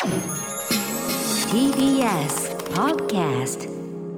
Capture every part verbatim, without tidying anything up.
ティービーエス Podcast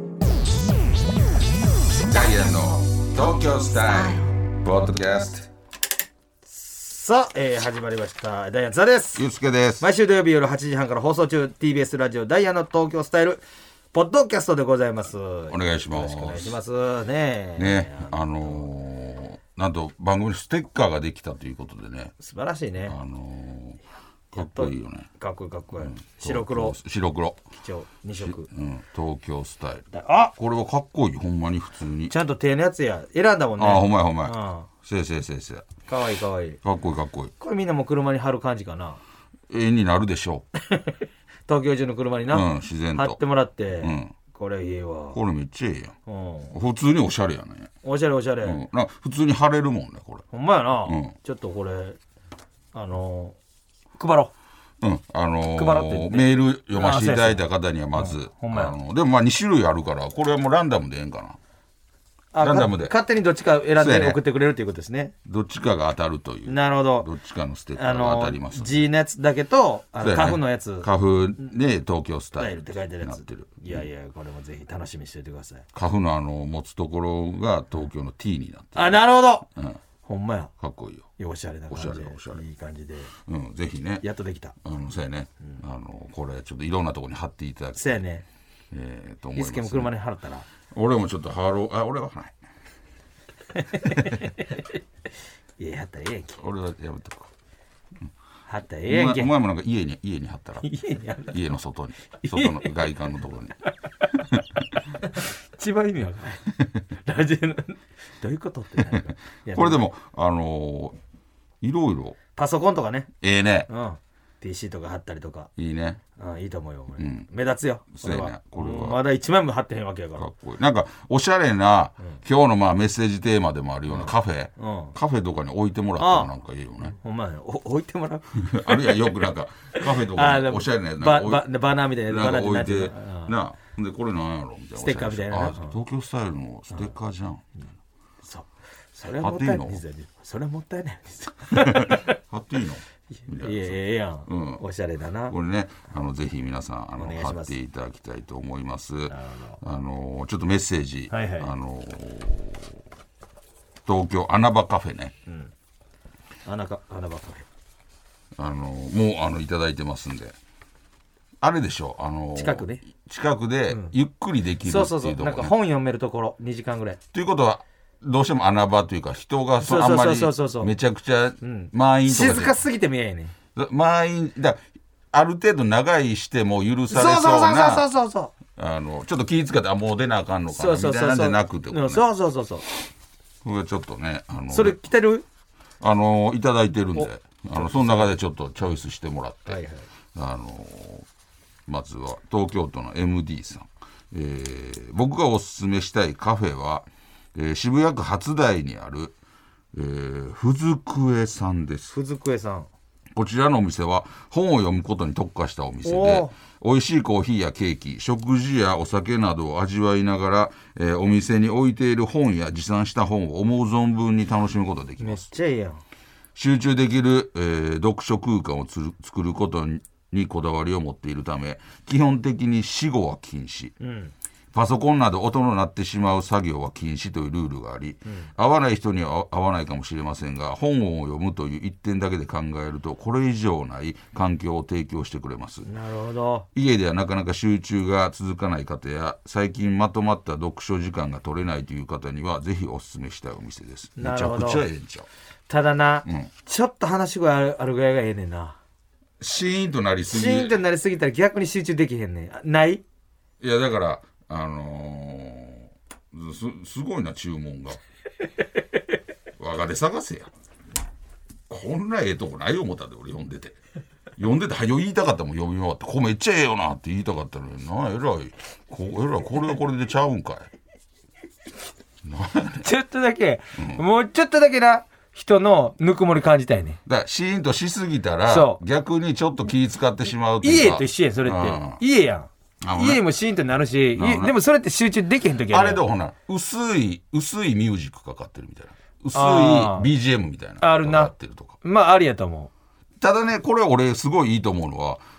ダイアンの東京スタイルポッドキャスト。 さあ、えー、始まりましたダイアンツァです。 ゆうすけです。 毎週土曜日夜はちじはんから放送中 ティービーエス ラジオダイアンの東京スタイルポッドキャストでございます。お願いします。 よろしくお願いしますね。 ね、あのー、なんと番組にステッカーができたということでね、 素晴らしいね。 あのー、かっこいいよね。 かっこいいかっこいい、うん、白黒白黒基調に色、 うん、東京スタイル。 あ、 これはかっこいい、ほんまに普通にちゃんと手のやつや選んだもんね。 あ、ほんまやほんまや、 うん、 せいせいせいせい、 かわいいかわいい、 かっこいいかっこいい。 これみんなも車に貼る感じかな。 絵になるでしょう東京中の車にな、 うん、自然と貼ってもらって、うん、これいいわ。 これめっちゃええやん、 うん、 普通におしゃれやね。 おしゃれおしゃれ、 うん、なんか普通に貼れるもんねこれ。 ほんまやな、うん、ちょっとこれあのー、配ろう、うん、あのー、 配ろうって、ね、 メール読ませていただいた方にはまず、うん、 ほんまや。 あのでもまあに種類あるからこれはもうランダムでええんかな。 あ、 ランダムで勝手にどっちか選んで送ってくれるということですね。 どっちかが当たるという。 なるほど。 どっちかのステッカーが当たります、ね、 G のやつだけとあの、ね、花粉のやつ、 花粉で東京スタイルって書いてるやつ。 てる。 いやいや、これもぜひ楽しみにしておいてください。 花粉のあの持つところが東京の T になってる。 あ、なるほど、うん、ほんまや。 かっこいいよ。 いや、おしゃれな感じで、 おしゃれおしゃれ、 いい感じで、 うん、ぜひね。 やっとできた。 あのそうやね、うん、あのこれちょっといろんなところに貼っていただきたい。 そうやね、 えー、と思います、ね。 いつけも車に貼ったら俺もちょっと貼ろう。あ、俺はないいや、貼ったらええやんけ。 俺はやめとこう、うん、貼ったらええやんけ。 お前もなんか家に家に貼ったら家に貼った家の外に外の外観のところに一番意味わからないラジオのどういうことってなるかこれでもあのー、いろいろパソコンとかね、 ええー、ね、 うん、ピーシー とか貼ったりとかいいね、 うん、いいと思うよ、うん、目立つよ。 そうやね、これはまだいちまいも貼ってへんわけやから。 かっこいい。なんかおしゃれな、うん、今日のまあメッセージテーマでもあるようなカフェ、うん、カフェとかに置いてもらったらなんかいいよね。 ほんまや、置いてもらうあるいはよくなんかカフェとかにおしゃれなやつバ, バ, バナーみたいななんか置いてな、でこれなんやろみたいなステッカーみたいな、 あ、東京スタイルのステッカーじゃん、うん、 そう、それはもったいないですよ。それはもったいないですよ貼っていいの？ いやいやいやん、うん、おしゃれだな。 これね、あのぜひ皆さんあの貼っていただきたいと思います。あのちょっとメッセージ、はいはい、あの東京穴場カフェね、うん、 穴か穴場カフェ、あのもうあのいただいてますんで、あれでしょう、あの近くね、 近くでゆっくりできるっていうところ、ね、そうそうそう、 なんか本読めるところにじかんぐらいということはどうしても穴場というか人がそあんまりめちゃくちゃ満員とかで、 静かすぎて見えへんねん。 満員だ、ある程度長いしても許されそうな、そうそうそうそう、あのちょっと気遣ってあもう出なあかんのかなみたいなんじゃなくて、 そうそうそうそう、 これちょっとね、あのそれ来てる、 あのいただいてるんで、あのその中でちょっとチョイスしてもらって、はいはい、あのまずは東京都の エムディー さん、えー、僕がおすすめしたいカフェはえー、渋谷区初台にある、えー、ふずくえさんです。 ふずくえさん、 こちらのお店は本を読むことに特化したお店で、美味しいコーヒーやケーキ、食事やお酒などを味わいながら、えー、お店に置いている本や持参した本を思う存分に楽しむことができます。 めっちゃいいやん。 集中できる、えー、読書空間をつる作ることににこだわりを持っているため、基本的に死語は禁止、うん、パソコンなど音の鳴ってしまう作業は禁止というルールがあり、うん、合わない人には合わないかもしれませんが、本を読むという一点だけで考えるとこれ以上ない環境を提供してくれます。 なるほど。 家ではなかなか集中が続かない方や最近まとまった読書時間が取れないという方にはぜひお勧めしたいお店です。めちゃくちゃええんちゃう。 ただな、うん、ちょっと話し声ある、あるぐらいがええねんな。 シーンとなりすぎシーンとなりすぎたら逆に集中できへんねん。ない？ いやだからあのー、す, すごいな注文が我がで探せや。こんなええとこない思ったで俺読んでて読んでてはよ言いたかったもん、読み終わってここめっちゃええよなって言いたかったのにな、えらいこえらいこれはこれでちゃうんかいちょっとだけ、うん、もうちょっとだけな人のぬくもり感じたいね。 だからシーンとしすぎたら逆にちょっと気使ってしまうというか、 家と一緒やんそれって、うん、家やん、家もシーンとなるし、でもそれって集中できへん時あれでほな薄い薄いミュージックかかってるみたいな、薄い ビージーエム みたいなあるな、 かかってるとか、 まあありやと思う。ただねこれ俺すごいいいと思うのは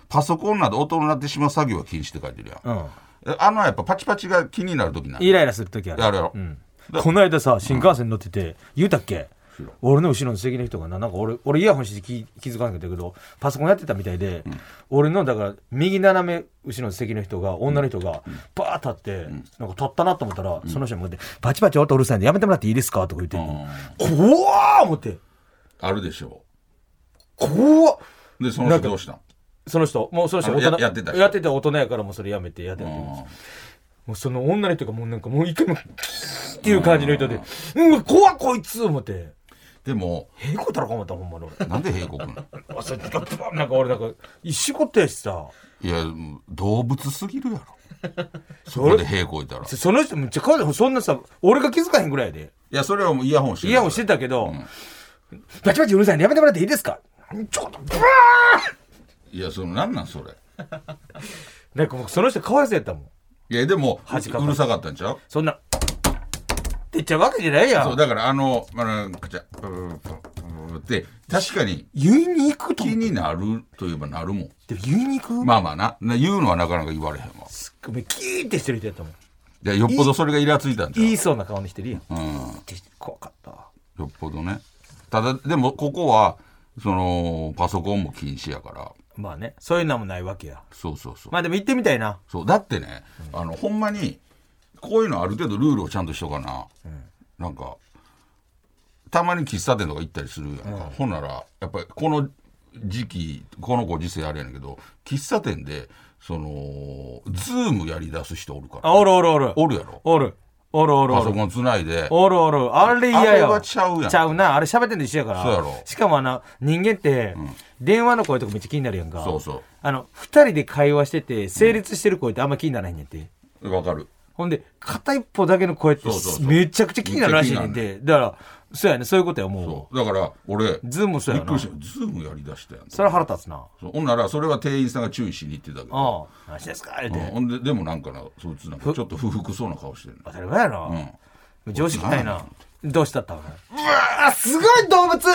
パソコンなど音の鳴ってしまう作業は禁止って書いてるやん、うん、あのやっぱパチパチが気になる時なイライラする時あるやるやろ、 うん、この間さ新幹線乗ってて、うん、言うたっけ俺の後ろの席の人がな、なんか 俺, 俺イヤホンして 気, 気づかなかったけどパソコンやってたみたいで、うん、俺のだから右斜め後ろの席の人が女の人がバー立って、うん、なんか立ったなと思ったら、うん、その人もってパチパチ音うるさいんでやめてもらっていいですかとか言ってんの、うん、怖ー思ってあるでしょ怖っでその人どうしたんその人もうその人大人や, やってたやってた大人やからもうそれやめてやってたもうその女の人がもうなんかもう一回もっていう感じの人でうわ怖っこいつ思ってでもへいこったらか思ったほんまに俺なんでへいこくんのなんか俺なんか一仕事やしさいや動物すぎるやろそこでへいこいたらその人めっちゃ可愛いそんなさ俺が気づかへんぐらいやでいやそれはもうイヤホンしてイヤホンしてたけど、うん、バチバチうるさいんでやめてもらっていいですかちょっとブワーいやそのなんなんそれなんかもうその人かわいそうやったもんいやでもうるさかったんちゃうそんなって言っちゃうわけじゃないやんそうだからあのあのカチャって確かに言いに行くと気になるといえばなるもんでも言いに行くまあまあな言うのはなかなか言われへんわすっごいキーってしてる人やったもんいやよっぽどそれがイラついたんちゃう言いそうな顔にしてるやん、 うん、 怖かったよっぽどねただでもここはそのパソコンも禁止やからまあねそういうのもないわけやそうそうそうまあでも行ってみたいなそうだってね、うん、あのほんまにこういうのある程度ルールをちゃんとしとかな、うん、なんかたまに喫茶店とか行ったりするやんか、うん、ほんならやっぱりこの時期このご時世あれやねんけど喫茶店でそのズームやり出す人おるから、 あおるおるおるおるやろおるおるおるおるパソコンつないでおるおるあれ嫌やあれはちゃうやんちゃうなあれ喋ってんの一緒やからそうやろしかもあの人間って、うん、電話の声とかめっちゃ気になるやんかそうそうあの二人で会話してて成立してる声ってあんま気にならへんねんってわかるほんで片一方だけの声ってめちゃくちゃ気になるらしいねんてだからそうやねそういうことやもうそうだから俺ズームそうやなびっくりしたズームやりだしたやんそれは腹立つなそうほんならそれは店員さんが注意しに行ってたけどああ何ですか言うて、 うん、ほんででもなんかなそいつなんかちょっと不服そうな顔してる当たり前やな、うん、常識ないなどうしたったわうわすごい動物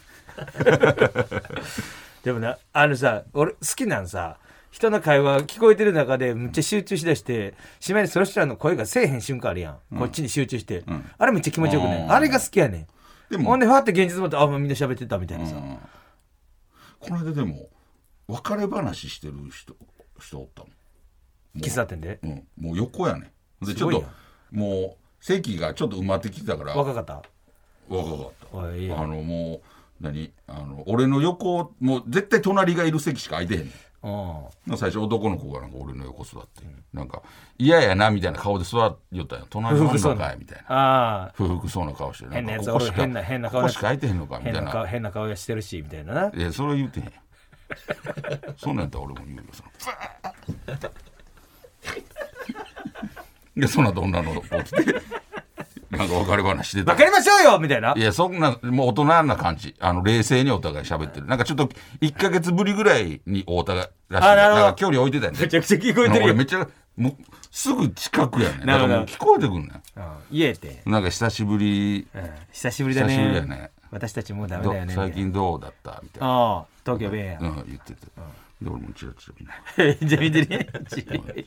でもなあのさ俺好きなんさ人の会話聞こえてる中でむっちゃ集中しだしてしまいにその人らの声がせえへん瞬間あるやん、うん、こっちに集中して、うん、あれめっちゃ気持ちよくねあれが好きやねんでもほんでファって現実持ってあみんな喋ってたみたいなさ、うん、 この間でも別れ話してる人人おったもん喫茶店で、 うん、もう横やねんでちょっともう席がちょっと埋まってきたから若かった若かったいいあのもう何あの俺の横もう絶対隣がいる席しか空いてへんねん最初男の子がなんか俺の横座って、うん、なんか嫌やなみたいな顔で座っよったんや隣の人かいみたいな不服そうな顔して変なやつ俺変な変な顔ここしか空いてへんのかみたいな変な顔変な顔してるしみたいなな。 いやそれ言うてへんそんなんやったら俺も言うよそのでその後女の子来てなんか別れ話してた別れましょうよみたいな。 いやそんなもう大人な感じあの冷静にお互い喋ってるなんかちょっといっかげつぶりぐらいに会うたらしいなんか距離置いてたんでめちゃくちゃ聞こえてるよ俺めっちゃもうすぐ近くやねんだからもう聞こえてくんねん言えてなんか久しぶり、 うん、久しぶりだね久しぶりやね私たちもうダメだよね最近どうだったみたいなああ東京弁や、 うん、言ってて、うん、で俺もチラチラ見ないじゃあ見てね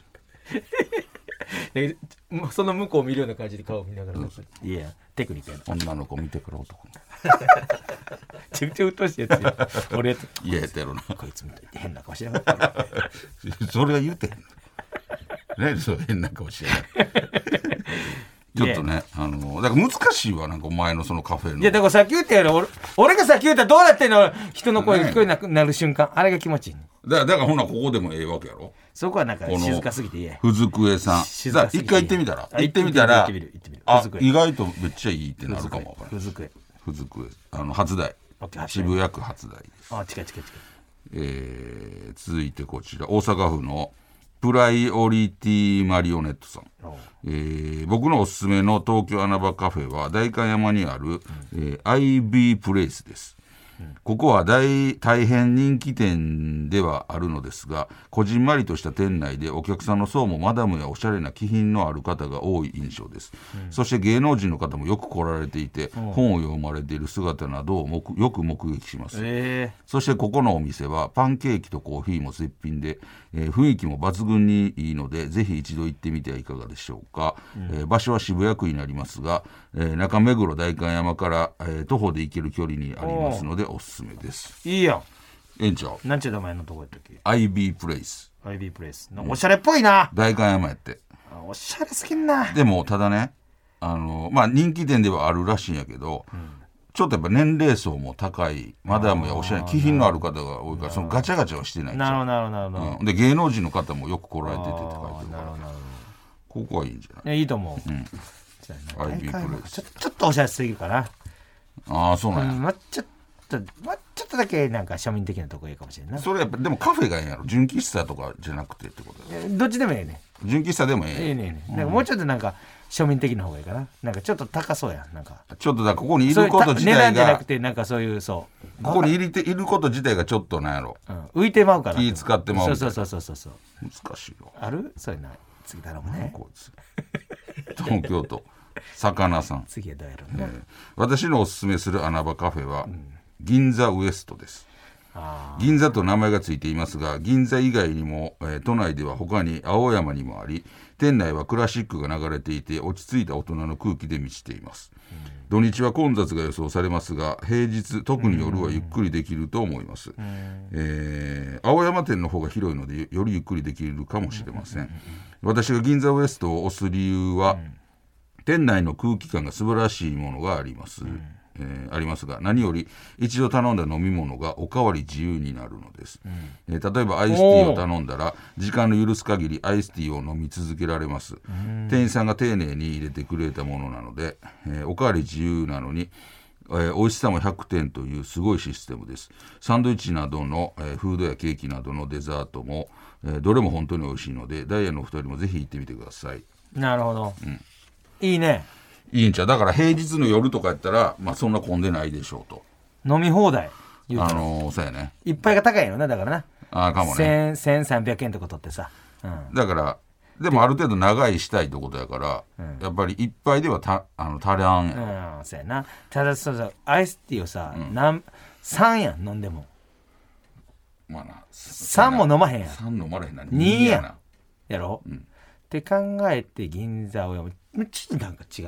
その向こうを見るような感じで顔を見ながら、うん、いやテクニックやな女の子見てから男の子めちゃくちゃうっとうしいやつや俺やついややったやろなこいつみたいで変な顔しやがってそれは言うてへん何それ変な顔しやがってちょっとね、あのだから難しいわなんかお前のそのカフェのいやだからさっき言ったやろ 俺, 俺がさっき言ったらどうなってんの人の声が聞こえなくなる瞬間、ね、あれが気持ちいい、ね、 だからだからほなここでもええわけやろそこはなんか静かすぎていいやふずくえさん一回行ってみたら行ってみたらあ意外とめっちゃいいってなるかもわからないふずくえふずくえあの初台渋谷区初台ですあ近い近い近い、 えー、続いてこちら大阪府のプライオリティマリオネットさん、えー、僕のおすすめの東京穴場カフェは代官山にある、うんえー、アイビープレイスです、 ここは 大, 大変人気店ではあるのですが、こじんまりとした店内でお客さんの層もマダムやおしゃれな気品のある方が多い印象です、うん、そして芸能人の方もよく来られていて、うん、本を読まれている姿などをもくよく目撃します、えー、そしてここのお店はパンケーキとコーヒーも絶品で、えー、雰囲気も抜群にいいのでぜひ一度行ってみてはいかがでしょうか、うん、えー、場所は渋谷区になりますが、えー、中目黒代官山から、えー、徒歩で行ける距離にありますのでおすすめです。 いいやん。 ええんちゃう。 なんちゅう名前のとこやったっけ。 アイビー プレイス。 アイビー プレイスのおしゃれっぽいな、 うん、代官山やって。 おしゃれ好きんな。 でもただね、あのまあ人気店ではあるらしいんやけど、うん、ちょっとやっぱ年齢層も高いマダムやおしゃれな気品のある方が多いから、そのガチャガチャはしてないんですよ。 なるほどなるほどなるほど、 うん、で芸能人の方もよく来られててって書いてるから、 なるほどなるほど、 ここはいいんじゃない。 いやいいと思う、うん、じゃあ アイビー プレイスちょ、ちょっとおしゃれすぎるかな。 ああそうなんや、 うん、まあ、ちょっと、まあ、ちょっとだけなんか庶民的なとこいいかもしれんない。 それやっぱでもカフェがいいんやろ、純喫茶とかじゃなくてってことだよ。 どっちでもいいね。 純喫茶でもいい。 いいねいいね、うん、なんかもうちょっとなんか庶民的な方がいいかな。なんかちょっと高そうやん。なんかちょっとだここにいること自体が値段じゃなくてなんかそういうそうここにいるいること自体がちょっとなんやろ、 うん、浮いてまうから気使ってまうみたいな。 そうそうそうそうそう難しいよ。 あるそういうの次頼むね。 こいつ東京都魚さん。 次はどうやろうね、 えー、私のおすすめする穴場カフェは、うん、銀座ウエストです。あ銀座と名前がついていますが、銀座以外にも、えー、都内では他に青山にもあり、店内はクラシックが流れていて落ち着いた大人の空気で満ちています、うん、土日は混雑が予想されますが、平日特に夜はゆっくりできると思います、うんえー、青山店の方が広いのでよりゆっくりできるかもしれません、うん、私が銀座ウエストを推す理由は、うん、店内の空気感が素晴らしいものがあります、うんえー、ありますが、何より一度頼んだ飲み物がおかわり自由になるのです、うんえー、例えばアイスティーを頼んだら時間の許す限りアイスティーを飲み続けられます、うん、店員さんが丁寧に入れてくれたものなので、えー、おかわり自由なのに、えー、美味しさもひゃくてんというすごいシステムです。サンドイッチなどの、えー、フードやケーキなどのデザートも、えー、どれも本当に美味しいので、ダイヤのお二人もぜひ行ってみてください。 なるほど、うん、いいね。 いいんちゃう。だから平日の夜とかやったら、まあ、そんな混んでないでしょうと。 飲み放題言うあのー、そうやね。 いっぱいが高いのね。だからなあかもね。 せんさんびゃくえんとか取ってさ、うん、 だからでもある程度長いしたいってことやから、うん、やっぱり一杯ではたあの足らんやろ、うん、そうやな。ただそうそうアイスティーをさ、うん、なんさんやん飲んでも、まあなさんも飲まへんやん。さん飲まれへんなにやなやろ、うん、って考えて銀座をちょっとなんか違う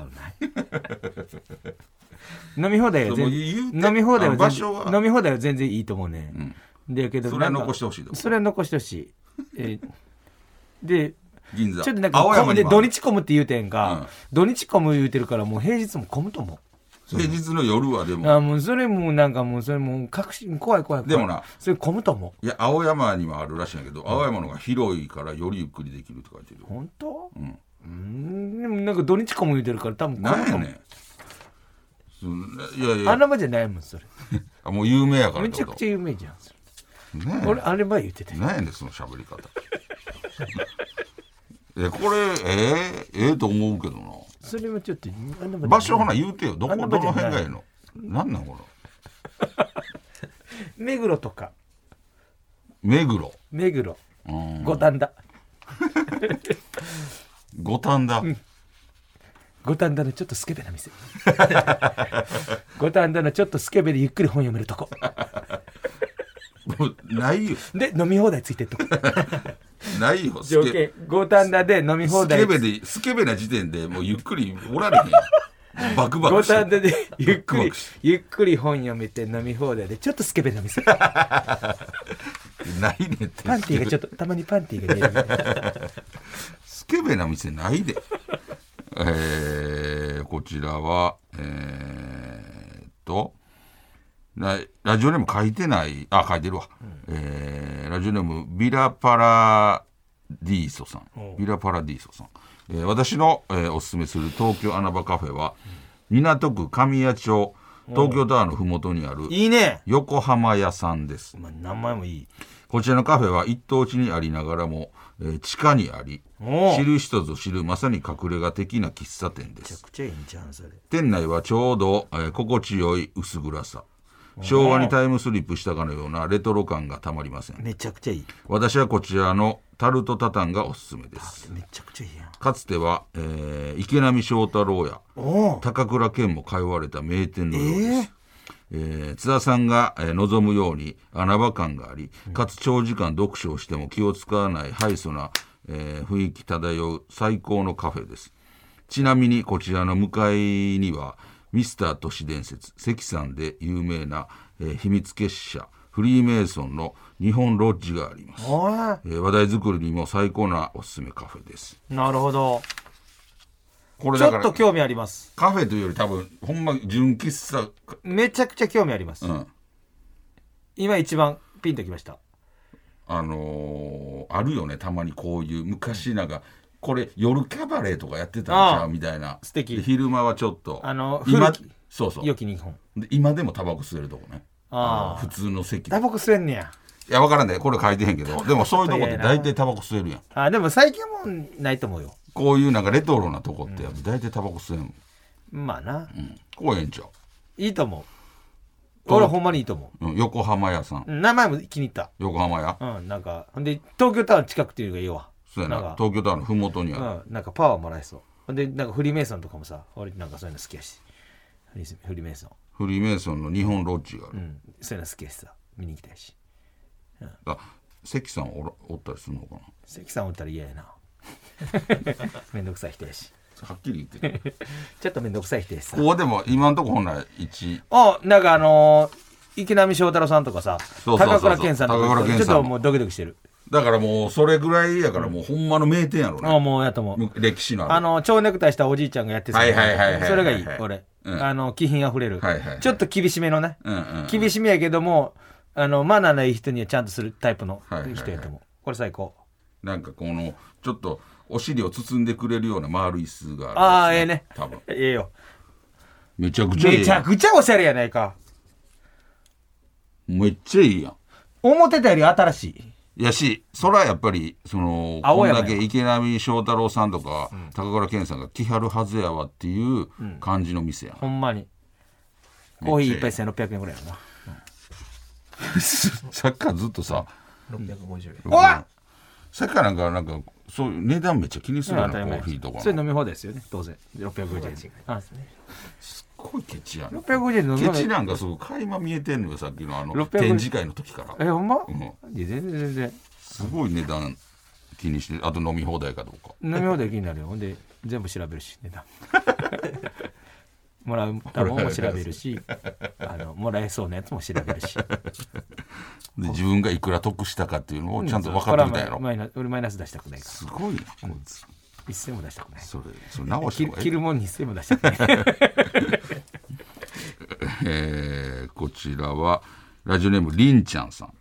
な飲み放題は全然飲み放題は全然飲み放題は全然いいと思うね、うん、でけどそれは残してほしいと思う。 それは残してほしい、えー、で銀座ちょっとなんか混むで土日混むって言うてんか、うん、土日混む言うてるからもう平日も混むと思う。 平日の夜はでもあもうそれもなんかもうそれもう確信怖い怖い怖い。 でもなそれ混むと思う。いや青山にもあるらしいんやけど、うん、青山のが広いからよりゆっくりできるって書いてる。 本当？うんうんでもなんか土日混む言うてるから多分混むと思う。なんやねん。いやいやあんなまじゃないもんそれあもう有名やからってこと。 めちゃくちゃ有名じゃんそれ、 ね、 俺あれば言ってて何やねんその喋り方えこれえー、えー、と思うけどな。 それもちょっと場所ほな言うてよ。どこどの辺がいいの。なんなんほら目黒とか目黒目黒五反田五反田、うん、 五反田のちょっとスケベな店五反田のちょっとスケベでゆっくり本読めるとこもうないよ。 で飲み放題ついてるとこないよ。 条件五反田で飲み放題スケベでスケベな時点でもうゆっくりおられへんバクバクして五反田でゆっくりゆっくり本読めて飲み放題でちょっとスケベな店ないねってパンティーがちょっとたまにパンティーが出るスケベな店ないでえー、こちらはえー、っとラジオネーム書いてないあ書いてるわ、うんえー、ラジオネームビラパラディーソさんビラパラディーソさん、えー、私の、えー、おすすめする東京穴場カフェは、うん、港区神谷町東京タワーのふもとにあるいいね横浜屋さんです、 まあ、名前もいい。 こちらのカフェは一等地にありながらも、えー、地下にあり知る人ぞ知るまさに隠れ家的な喫茶店です。 めちゃくちゃいいんちゃうそれ。 店内はちょうど、えー、心地よい薄暗さ、 昭和にタイムスリップしたかのようなレトロ感がたまりません。 めちゃくちゃいい。 私はこちらのタルトタタンがおすすめです。 めちゃくちゃいいやん。 かつては、えー池波正太郎や高倉健も通われた名店のようです、えーえー津田さんが、えー望むように穴場感があり、かつ長時間読書をしても気を使わないハイソな、えー雰囲気漂う最高のカフェです。ちなみにこちらの向かいにはミスター都市伝説関さんで有名な、えー秘密結社フリーメイソンの日本ロッジがあります、えー話題作りにも最高なおすすめカフェです。 なるほど。 これだからちょっと興味あります。 カフェというより多分ほんま純喫茶。 めちゃくちゃ興味あります、 うん、 今一番ピンときました。 あのー、あるよねたまにこういう昔なんかこれ夜キャバレーとかやってたんちゃうみたいな。 素敵。 昼間はちょっとあの今古きそうそう良き日本で今でもタバコ吸えるとこね。 ああ普通の席タバコ吸えんねや。 いや分からんねこれ書いてへんけどでもそういうとこって大体タバコ吸えるやん。 あでも最近はもうないと思うよ。 こういうなんかレトロなとこって大体タバコ吸えんもん、 うん、まあな、 うん、こうええんちゃう。 いいと思う。俺はほんまにいいと思う、うん、横浜屋さん、 う。名前も気に入った。 横浜屋、 うんなんかほんで東京タワー近くっていうのがいいわ。 そうやななんか東京タワーのふもとにある、 うん、なんかパワーもらえそう。ほんでなんかフリーメイソンとかもさ俺なんかそういうの好きやしフリーフリーメイソンフリーメイソンの日本ロッジがある、 うん、そういうの好きやしさ見に行きたいし。 あ関さん お, らおったりするのかな。 関さんおったら嫌やなめんどくさい人やしはっきり言ってちょっとめんどくさい人やしさ。 ここでも今のとこほんならいちあなんかあのー、池波正太郎さんとかさそうそうそうそう高倉健さんとか高倉健さんもちょっともうドキドキしてる。 だからもうそれぐらいやからもうほんまの名店やろね、 あもうやと思う。 歴史のあるあの蝶ネクタイしたおじいちゃんがやってた、 はいはいはいはいはいそれがいい俺、 うんあの気品あふれる、 はいはいはいちょっと厳しめのね、 うんうんうん、 厳しめやけどもあのマナーない人にはちゃんとするタイプのはいはいはい人やと思う。これ最高。 なんかこのちょっとお尻を包んでくれるような丸い椅子がある、 ああええね多分ええよ。 めちゃくちゃいいめちゃくちゃおしゃれやないか。 めっちゃいいやん。 思ってたより新しいやしそれはやっぱりそのこんだけ池波正太郎さんとか、うん、高倉健さんが来はるはずやわっていう感じの店やん、 うん、ほんまにコーヒー一杯せんろっぴゃくえんぐらいやな、 うん、さっきからずっとさろっぴゃくごじゅうえん、 うん、さっきからなんかなんかそういう値段めっちゃ気にするよな、うん、コーヒーとかそれ飲み放題ですよね当然ろっぴゃくごじゅうえんあすっごいケチやな。 ろっぴゃくごじゅうえんのケチなんかすごい垣間見えてんのよさっきのあの展示会の時から。 えほんま、 うん、いや全然全然すごい値段気にしてあと飲み放題かどうか飲み放題気になるよ。ほんで全部調べるし値段もらうたもんも調べるしあのもらえそうなやつも調べるしで自分がいくら得したかっていうのをちゃんと分かってみたいやろ、 うん、マイナ俺マイナス出したくないからすごいなこいつ一銭も出したくない。 それそれ直した方がいい。 着るもんに一銭も出したくないえー、こちらはラジオネームりんちゃんさん、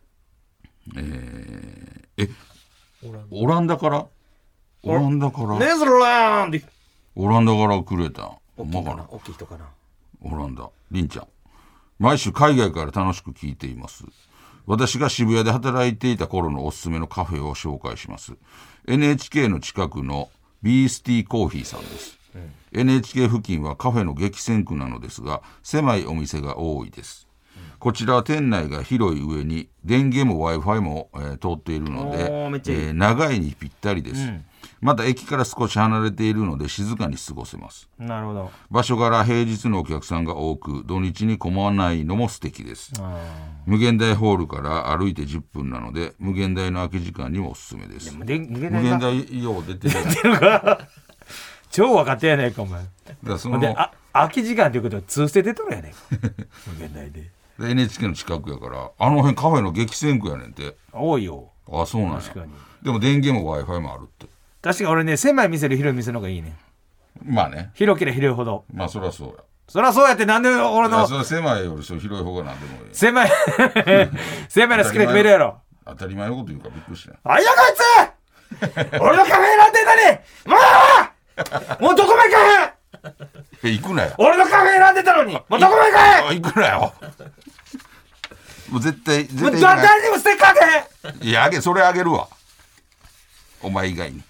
えー、えオランダからオランダからネズランドオランダからくれた大きいかな大きい人かな。 オランダりんちゃん毎週海外から楽しく聞いています。私が渋谷で働いていた頃のおすすめのカフェを紹介します。 エヌエイチケー の近くのビースティーコーヒーさんです、うん、エヌエイチケー 付近はカフェの激戦区なのですが狭いお店が多いです、うん、こちらは店内が広い上に電源も Wi-Fi も、えー、通っているので、えー、長いにぴったりです、うん、また駅から少し離れているので静かに過ごせます。 なるほど。 場所柄平日のお客さんが多く土日に混まないのも素敵です。無限大ホールから歩いてじゅっぷんなので無限大の空き時間にもおすすめです。無限大よう出てる出てるか超分かってやないかお前。だそのであ空き時間ということは通して出とるやないか無限大で。 で エヌエイチケー の近くやからあの辺カフェの激戦区やねんて。 多いよ。 あそうなんや。 確かに。 でも電源も Wi-Fi もあるって。 確かに俺ね狭い店より広い店の方がいいね。 まあね広ければ広いほど。 まあそりゃそうや。 そりゃそうやってなんで俺の。 それ狭いよりそ広い方がなんでもいい。 狭い狭いの好きな人もいるやろ。 当たり前のこと言うからびっくりした。 あいやこいつ俺のカフェ選んでたのにもうもうどこも行かへん。 え行くなよ。 俺のカフェ選んでたのにもうどこも行かへん。 行くなよ。もう絶対絶対もう誰にもステッカーあげへん。 いやあげそれあげるわお前以外に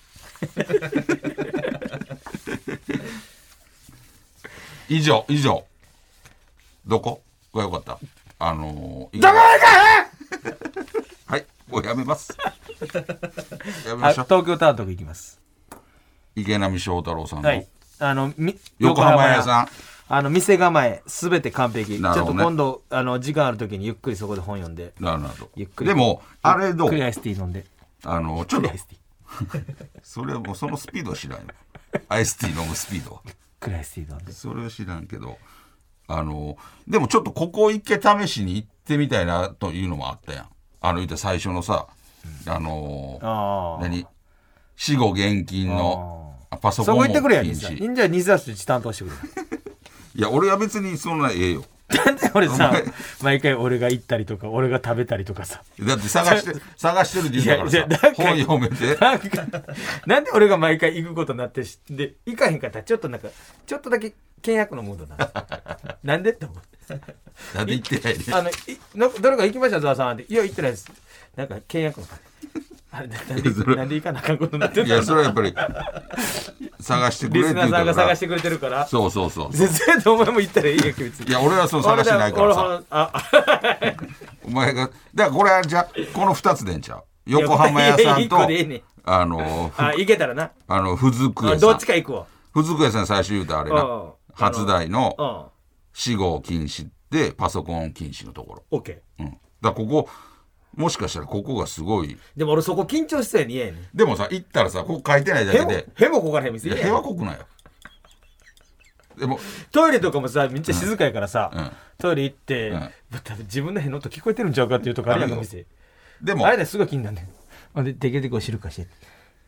以上以上どここれよかったあのー、 どこへかはいもうやめますやめへましょう東京タワーのとこ行きます。 池波正太郎さんの、 はい、あのみ横浜屋さんあの店構えすべて完璧、 なるほどね、 ちょっと今度あの時間あるときにゆっくりそこで本読んで、 なるほどゆっくりでもあれどうクリアイスティー飲んで、 あのちょっとクリアイスティーそれはもうそのスピードは知らんよアイスティー飲むスピードはクリアイスティー飲んで、 それは知らんけどあのでもちょっとここ一回試しに行ってみたいなというのもあったやん。あの言った最初のさ、うん、あのあ何死後現金のパソコンもそこ行ってくれや禁にさ、 止。 いいんじゃ西田氏担当してくれいや俺は別にそんなええよ。 なんで俺さ毎回俺が行ったりとか俺が食べたりとかさ、 だって探して探してるって言うからさ本読めてなんかなんで俺が毎回行くことになってしで行かへんかったらちょっとなんかちょっとだけ倹約のムードなんなんでって思ってなんで行ってないねあのいのどれか行きましたゾワさんっていや行ってないですなんか倹約のあれなんでなんで行かなあかんことになってるいやそれはやっぱり探してくれリスナーさんって言うからが探してくれてるからそうそうそう全然お前も行ったらいいやん別に。 いや俺はそう探してないからさあお前がだからこれはじゃあこのふたつでんちゃう横浜屋さんといやいやいいねあのあ行けたらなあのふずく屋さんどっちか行くわふずく屋さん最初言うたあれなうん初台のうん死後禁止でパソコン禁止のところ、 オッケーうん、だからここもしかしたらここがすごいでも俺そこ緊張しそうやに嫌やねんでもさ行ったらさここ書いてないだけへもでへもこからへん店いや嫌やへはこくないよでもトイレとかもさめっちゃ静かやからさ、 うんトイレ行って、 うん多分自分のへの音聞こえてるんちゃうかっていうとこあるやんかあるよ店でもあれですごい気になるねんでできるだけお汁かして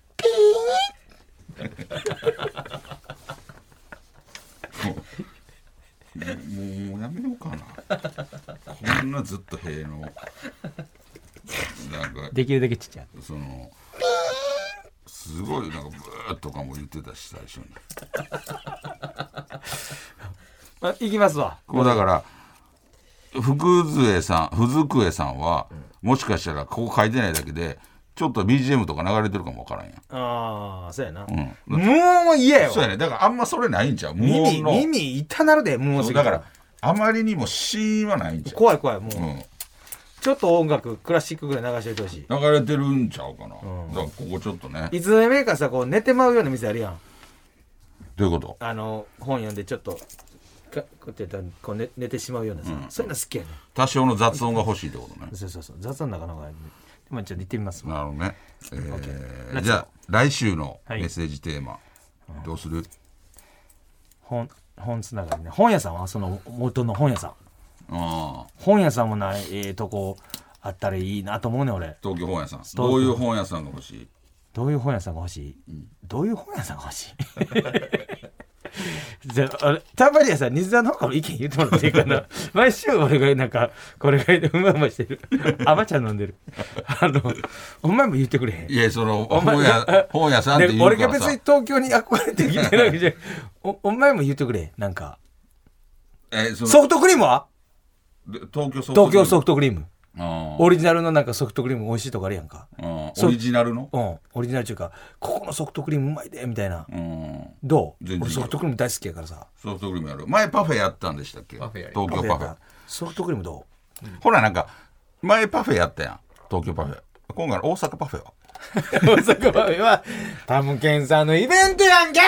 もうやめようかなこんなずっと塀のなんかできるだけちっちゃいそのすごいなんかブーとかも言ってたし最初にあ行きますわこうだから福津さん福津久江さんは、うん、もしかしたらここ書いてないだけでちょっと ビージーエム とか流れてるかもわからんやんああそうやな、 うん、 もう嫌やわそうやねだからあんまそれないんちゃう耳耳痛なるでもうだからあまりにもシーンはないんちゃう怖い怖いもう、 うんちょっと音楽クラシックぐらい流しておいてほしい流れてるんちゃうかな、 うん、 だからここちょっとねいつの間にかさこう寝てまうような店あるやんどういうことあの本読んでちょっとかこうやってやったらこう、ね、寝てしまうようなさ、うん、そういうの好きやね多少の雑音が欲しいってことねそうそうそう雑音なかなかまあちょっと行ってみますなるほどね、えー、じゃあ来週のメッセージテーマ、はい、どうする本本つながりね本屋さんはその元の本屋さんあ本屋さんもないええー、とこあったらいいなと思うね俺東京本屋さんどういう本屋さんが欲しいどういう本屋さんが欲しい、うん、どういう本屋さんが欲しいじゃあたまにはさ西田の方から意見言ってもらっていいかな毎週俺がなんかこれがうまうましてる甘茶飲んでるあのお前も言ってくれへんいやその本屋本屋さんって言うからさ俺が別に東京に憧れてきてるわけじゃおお前も言ってくれなんかえそのソフトクリームは東京ソフトクリーム東京ソフトクリームあオリジナルのなんかソフトクリーム美味しいとかあるやんかあオリジナルのうんオリジナルっていうかここのソフトクリームうまいでみたいなうんどう全然俺ソフトクリーム大好きやからさソフトクリームやる前パフェやったんでしたっけパフェやり東京パフェソフトクリームどう、 うん、ほらなんか前パフェやったやん東京パフェ今回の大阪パフェは大阪パフェはタムケンさんのイベントやんけ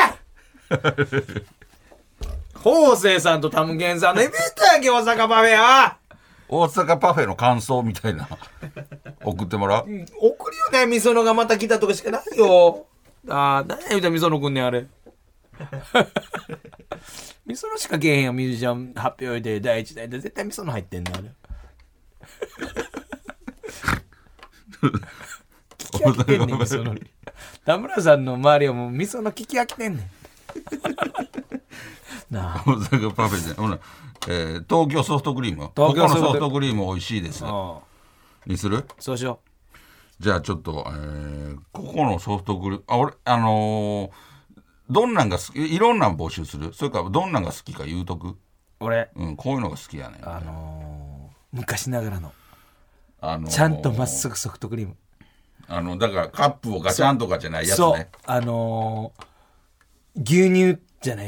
昴生さんとタムケンさんのイベントやんけ大阪パフェは大阪パフェの感想みたいな送ってもらう、 うん、送るよねみそのがまた来たとかしかないよああ何や言うたらみそのくんねんあれみそのしかけえへんよミュージシャン発表で第一弾で絶対みその入ってんのあれ聞き飽きてんねんみそのに田村さんの周りはもうみその聞き飽きてんねんなあ大阪パフェでほら、えー、東京ソフトクリーム東京ソフトここのソフトクリーム美味しいですにするそうしよじゃあちょっと、えー、ここのソフトクリームあ俺あのー、どんなんが好きいろんなん募集するそれからどんなんが好きか言うとく俺、 うん、こういうのが好きやねんあのー、昔ながらの、 あのー、 ちゃんとまっすぐソフトクリームあのだからカップをガチャンとかじゃないやつねそうあのー、牛乳じゃないやつ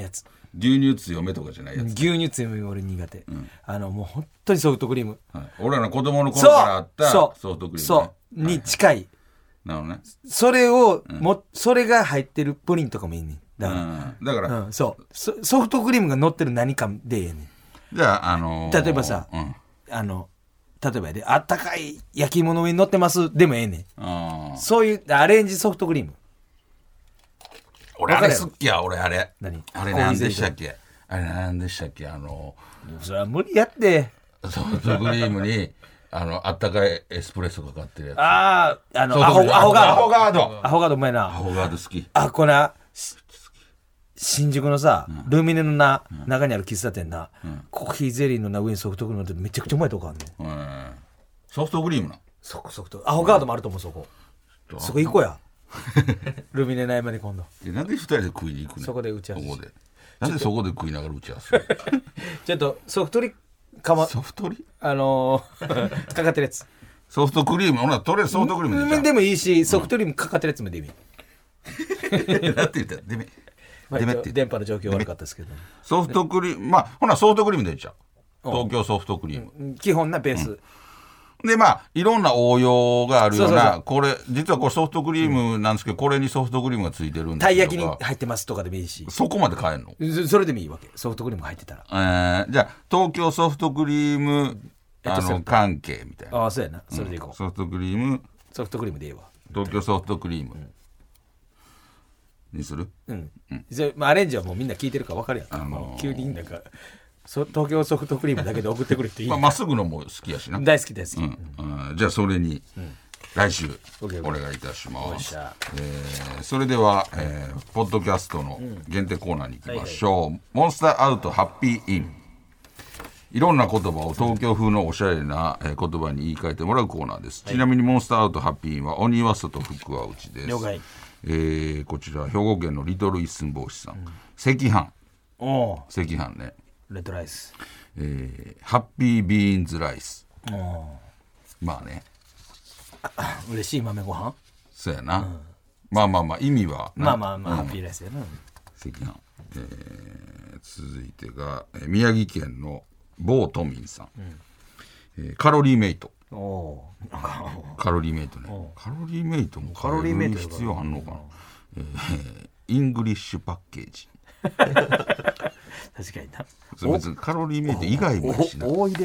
牛乳強めとかじゃないやつ。 牛乳強め俺苦手、うん、あのもう本当にソフトクリーム、 はい、俺らの子供の頃からあったソフトクリーム、ね、 そうに近い、はい、 なるほどね。 それを、うん、もそれが入ってるプリンとかもいいねんだから、うん、 だから、 うん、そうソソフトクリームが乗ってる何かでええねん。 じゃあ、あのー、 例えばさ、うん、あの例えばであったかい焼き芋の上に乗ってますでもええねん。あそういうアレンジソフトクリーム。 俺あれ好きや。俺あれ何あれ何でしたっけあれ何でしたっけあのそれは無理やってソフトクリームにあのあったかいエスプレッソかかってるやつ。 あああのアホアホガードアホガードアホガードうまいな。 アホガード好き。 あこれな新宿のさ、うん、ルミネのな、うん、中にある喫茶店な、うん、コーヒーゼリーのな上にソフトクリームってめちゃくちゃうまいとこあんねん、うん、 ソフトクリームなそこソフトアホガードもあると思う。そこ、うん、そこ行こうやルミネ内まで今度。 なんで二人で食いに行くの。 そこで打ち合わせ。 そこでなんでそこで食いながら打ち合わせちょっとソフトリかまソフトリあのー、かかってるやつソフトクリームほなとりあえずソフトクリームでいいでもいいしソフトクリームかかってるやつもでいい、 うん、なんて言ったらデメまあ、デメって電波の状況悪かったですけどソフトクリームまあほなソフトクリームでいいじゃん。東京ソフトクリーム、 うん、基本なベース、 うん、でまあいろんな応用があるような。そうそうそうこれ実はこれソフトクリームなんですけど、うん、これにソフトクリームがついてるんですたい焼きに入ってますとかでもいいしそこまで買えるの。 それでもいいわけソフトクリームが入ってたら、 えー、じゃあ東京ソフトクリームあの関係みたいな。 ああそうやなそれでいこう、うん、 ソフトクリームソフトクリームでいいわ東京ソフトクリーム、うんにする、 うんうんまあ、アレンジはもうみんな聞いてるから分かるやん、あのー、急になんかそ東京ソフトクリームだけで送ってくれっていいまあ、 まっすぐのも好きやしな。 大好き大好き、うんうん、じゃあそれに、うん、来週お願いいたします、えー、それでは、えー、ポッドキャストの限定コーナーに行きましょう、うんはいはい、モンスターアウトハッピーイン。いろんな言葉を東京風のおしゃれな言葉に言い換えてもらうコーナーです、はい、ちなみにモンスターアウトハッピーインは鬼は外福は内です。 了解。 えー、こちら兵庫県のリトル一寸法師さん、うん、赤飯お赤飯ねレッドライス、 えー、ハッピービーンズライスおまあねあ嬉しい豆ご飯そうやな、うん、まあまあまあ意味はまあまあまあ、うん、ハッピーライスやな赤飯、えー、続いてが宮城県の某都民さん、うんえー、カロリーメイトおカロリーメイトねカロリーメイトもカロリーメイト必要あんのかな、えー、イングリッシュパッケージ確かにな別にカロリーメイト以外もいいしな多いで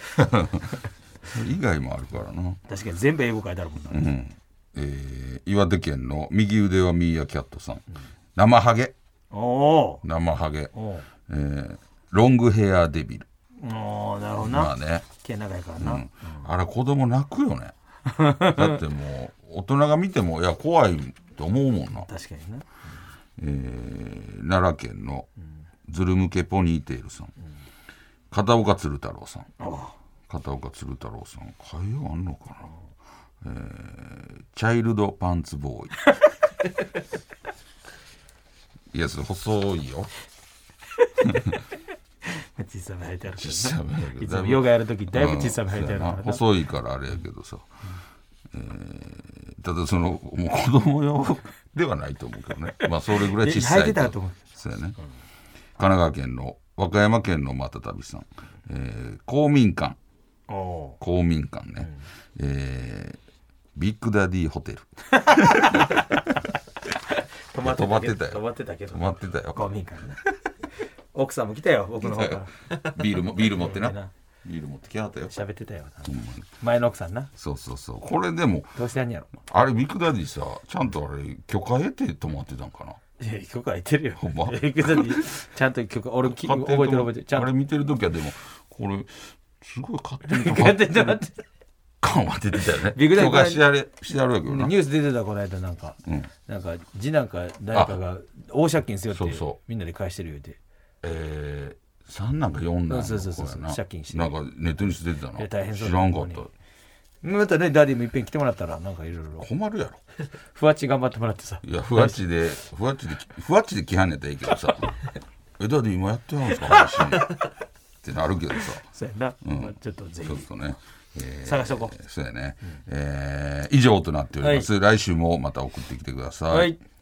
以外もあるからな。 確かに全部英語書いてあるもんな、うんえー、岩手県の右腕はミーアキャットさん、うん、生ハゲお生ハゲ、えー、ロングヘアデビルおなるほどな。 まあね毛長いからな、うんうん、 あれ子供泣くよねだってもう大人が見てもいや怖いと思うもんな。 確かにな、 えー、奈良県のズル向けポニーテールさん、うん、片岡鶴太郎さん片岡鶴太郎さん会話あんのかな、えー、チャイルドパンツボーイいやそれ細いよ小さめ履いてあるけどないつもヨガやるときだいぶ小さめ履いてあるから、 うん、細いからあれやけどさ、うんえー、ただそのもう子供用ではないと思うけどねまあそれぐらい小さいと履いてたと思う。 そうやね、うん、神奈川県の和歌山県のまたたびさん、えー、公民館公民館ね、うんえー、ビッグダディホテル止まってたよ止まってたけど止まってたよ公民館ね奥さんも来たよ僕の方からビールもビール持ってなビール持ってきはったよ喋ってたよ、うん、前の奥さんな。 そうそうそうこれでもどうしてやんやろあれビッグダディさちゃんとあれ許可得て泊まってたんかな。 いや許可得てるよほんまビッグダディちゃんと許可俺覚えてる覚えてるちゃんとあれ見てるときはでもこれすごい勝手に泊まってる感は出てたよね。ビッグダディ許可してあれしてあるわけよな。 ニュース出てたこの間なんか、うん、なんか次男か誰かが大借金すよってそうそうみんなで返してる言うてえー、さんなんかよんなんそうそうそうそう借金してなんかネットニュース出てたな。大変そう知らんかった。 またねダディもいっぺん来てもらったらなんかいろいろ困るやろふわっち頑張ってもらってさ。 いやふわっちでふわっちでふわっちで来はんねやったらいいけどさえダディ今やってはるんですか話ってなるけどさそうやな、うんまあ、ちょっとぜひちょっとね、えー、 探しとこう。 そうやね、うんえー、以上となっております、はい、来週もまた送ってきてください、はい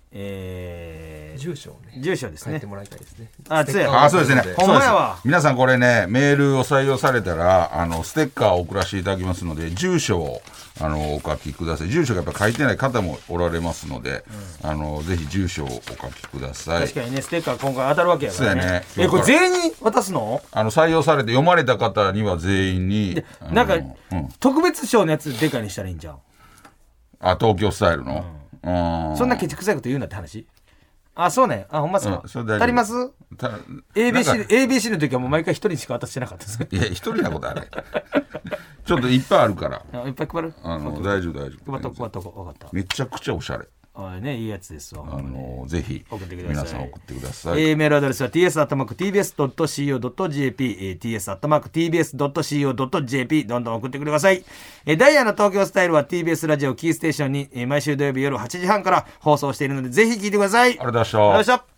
えー、 住所をね住所ですね書いてもらいたいですね。 あそうやあそうですねほんまやわ。 皆さんこれねメールを採用されたらあのステッカーを送らせていただきますので住所をあのお書きください。住所がやっぱ書いてない方もおられますので、うん、あのぜひ住所をお書きください。 確かにねステッカー今回当たるわけやからね。 そうやね。 えこれ全員に渡すの？ あの採用されて読まれた方には全員になんか、 うん、 特別賞のやつでかいにしたらいいんじゃん。 あ東京スタイルの、 うんうん、そんなケチくさいこと言うなって話。あそうねあほんまっすか、うん、足ります？ エービーシー, エービーシー の時はもう毎回一人しか渡してなかったですいや一人なことあれちょっといっぱいあるからいっぱい配るあの大丈夫大丈夫配っとこ配っとこ分かった。 めちゃくちゃおしゃれあねいいやつですわ。 あのぜひ送ってください。 皆さん送ってください。 えー、メールアドレスは ティーエス アットマーク ティービーエス ドット シーオー ドット ジェーピー、えー、ティーエス アットマーク ティービーエス ドット シーオー ドット ジェーピー どんどん送ってください。えー、ダイヤの東京スタイルは ティービーエス ラジオキーステーションに、えー、毎週土曜日夜はちじはんから放送しているのでぜひ聞いてください。ありがとうございました。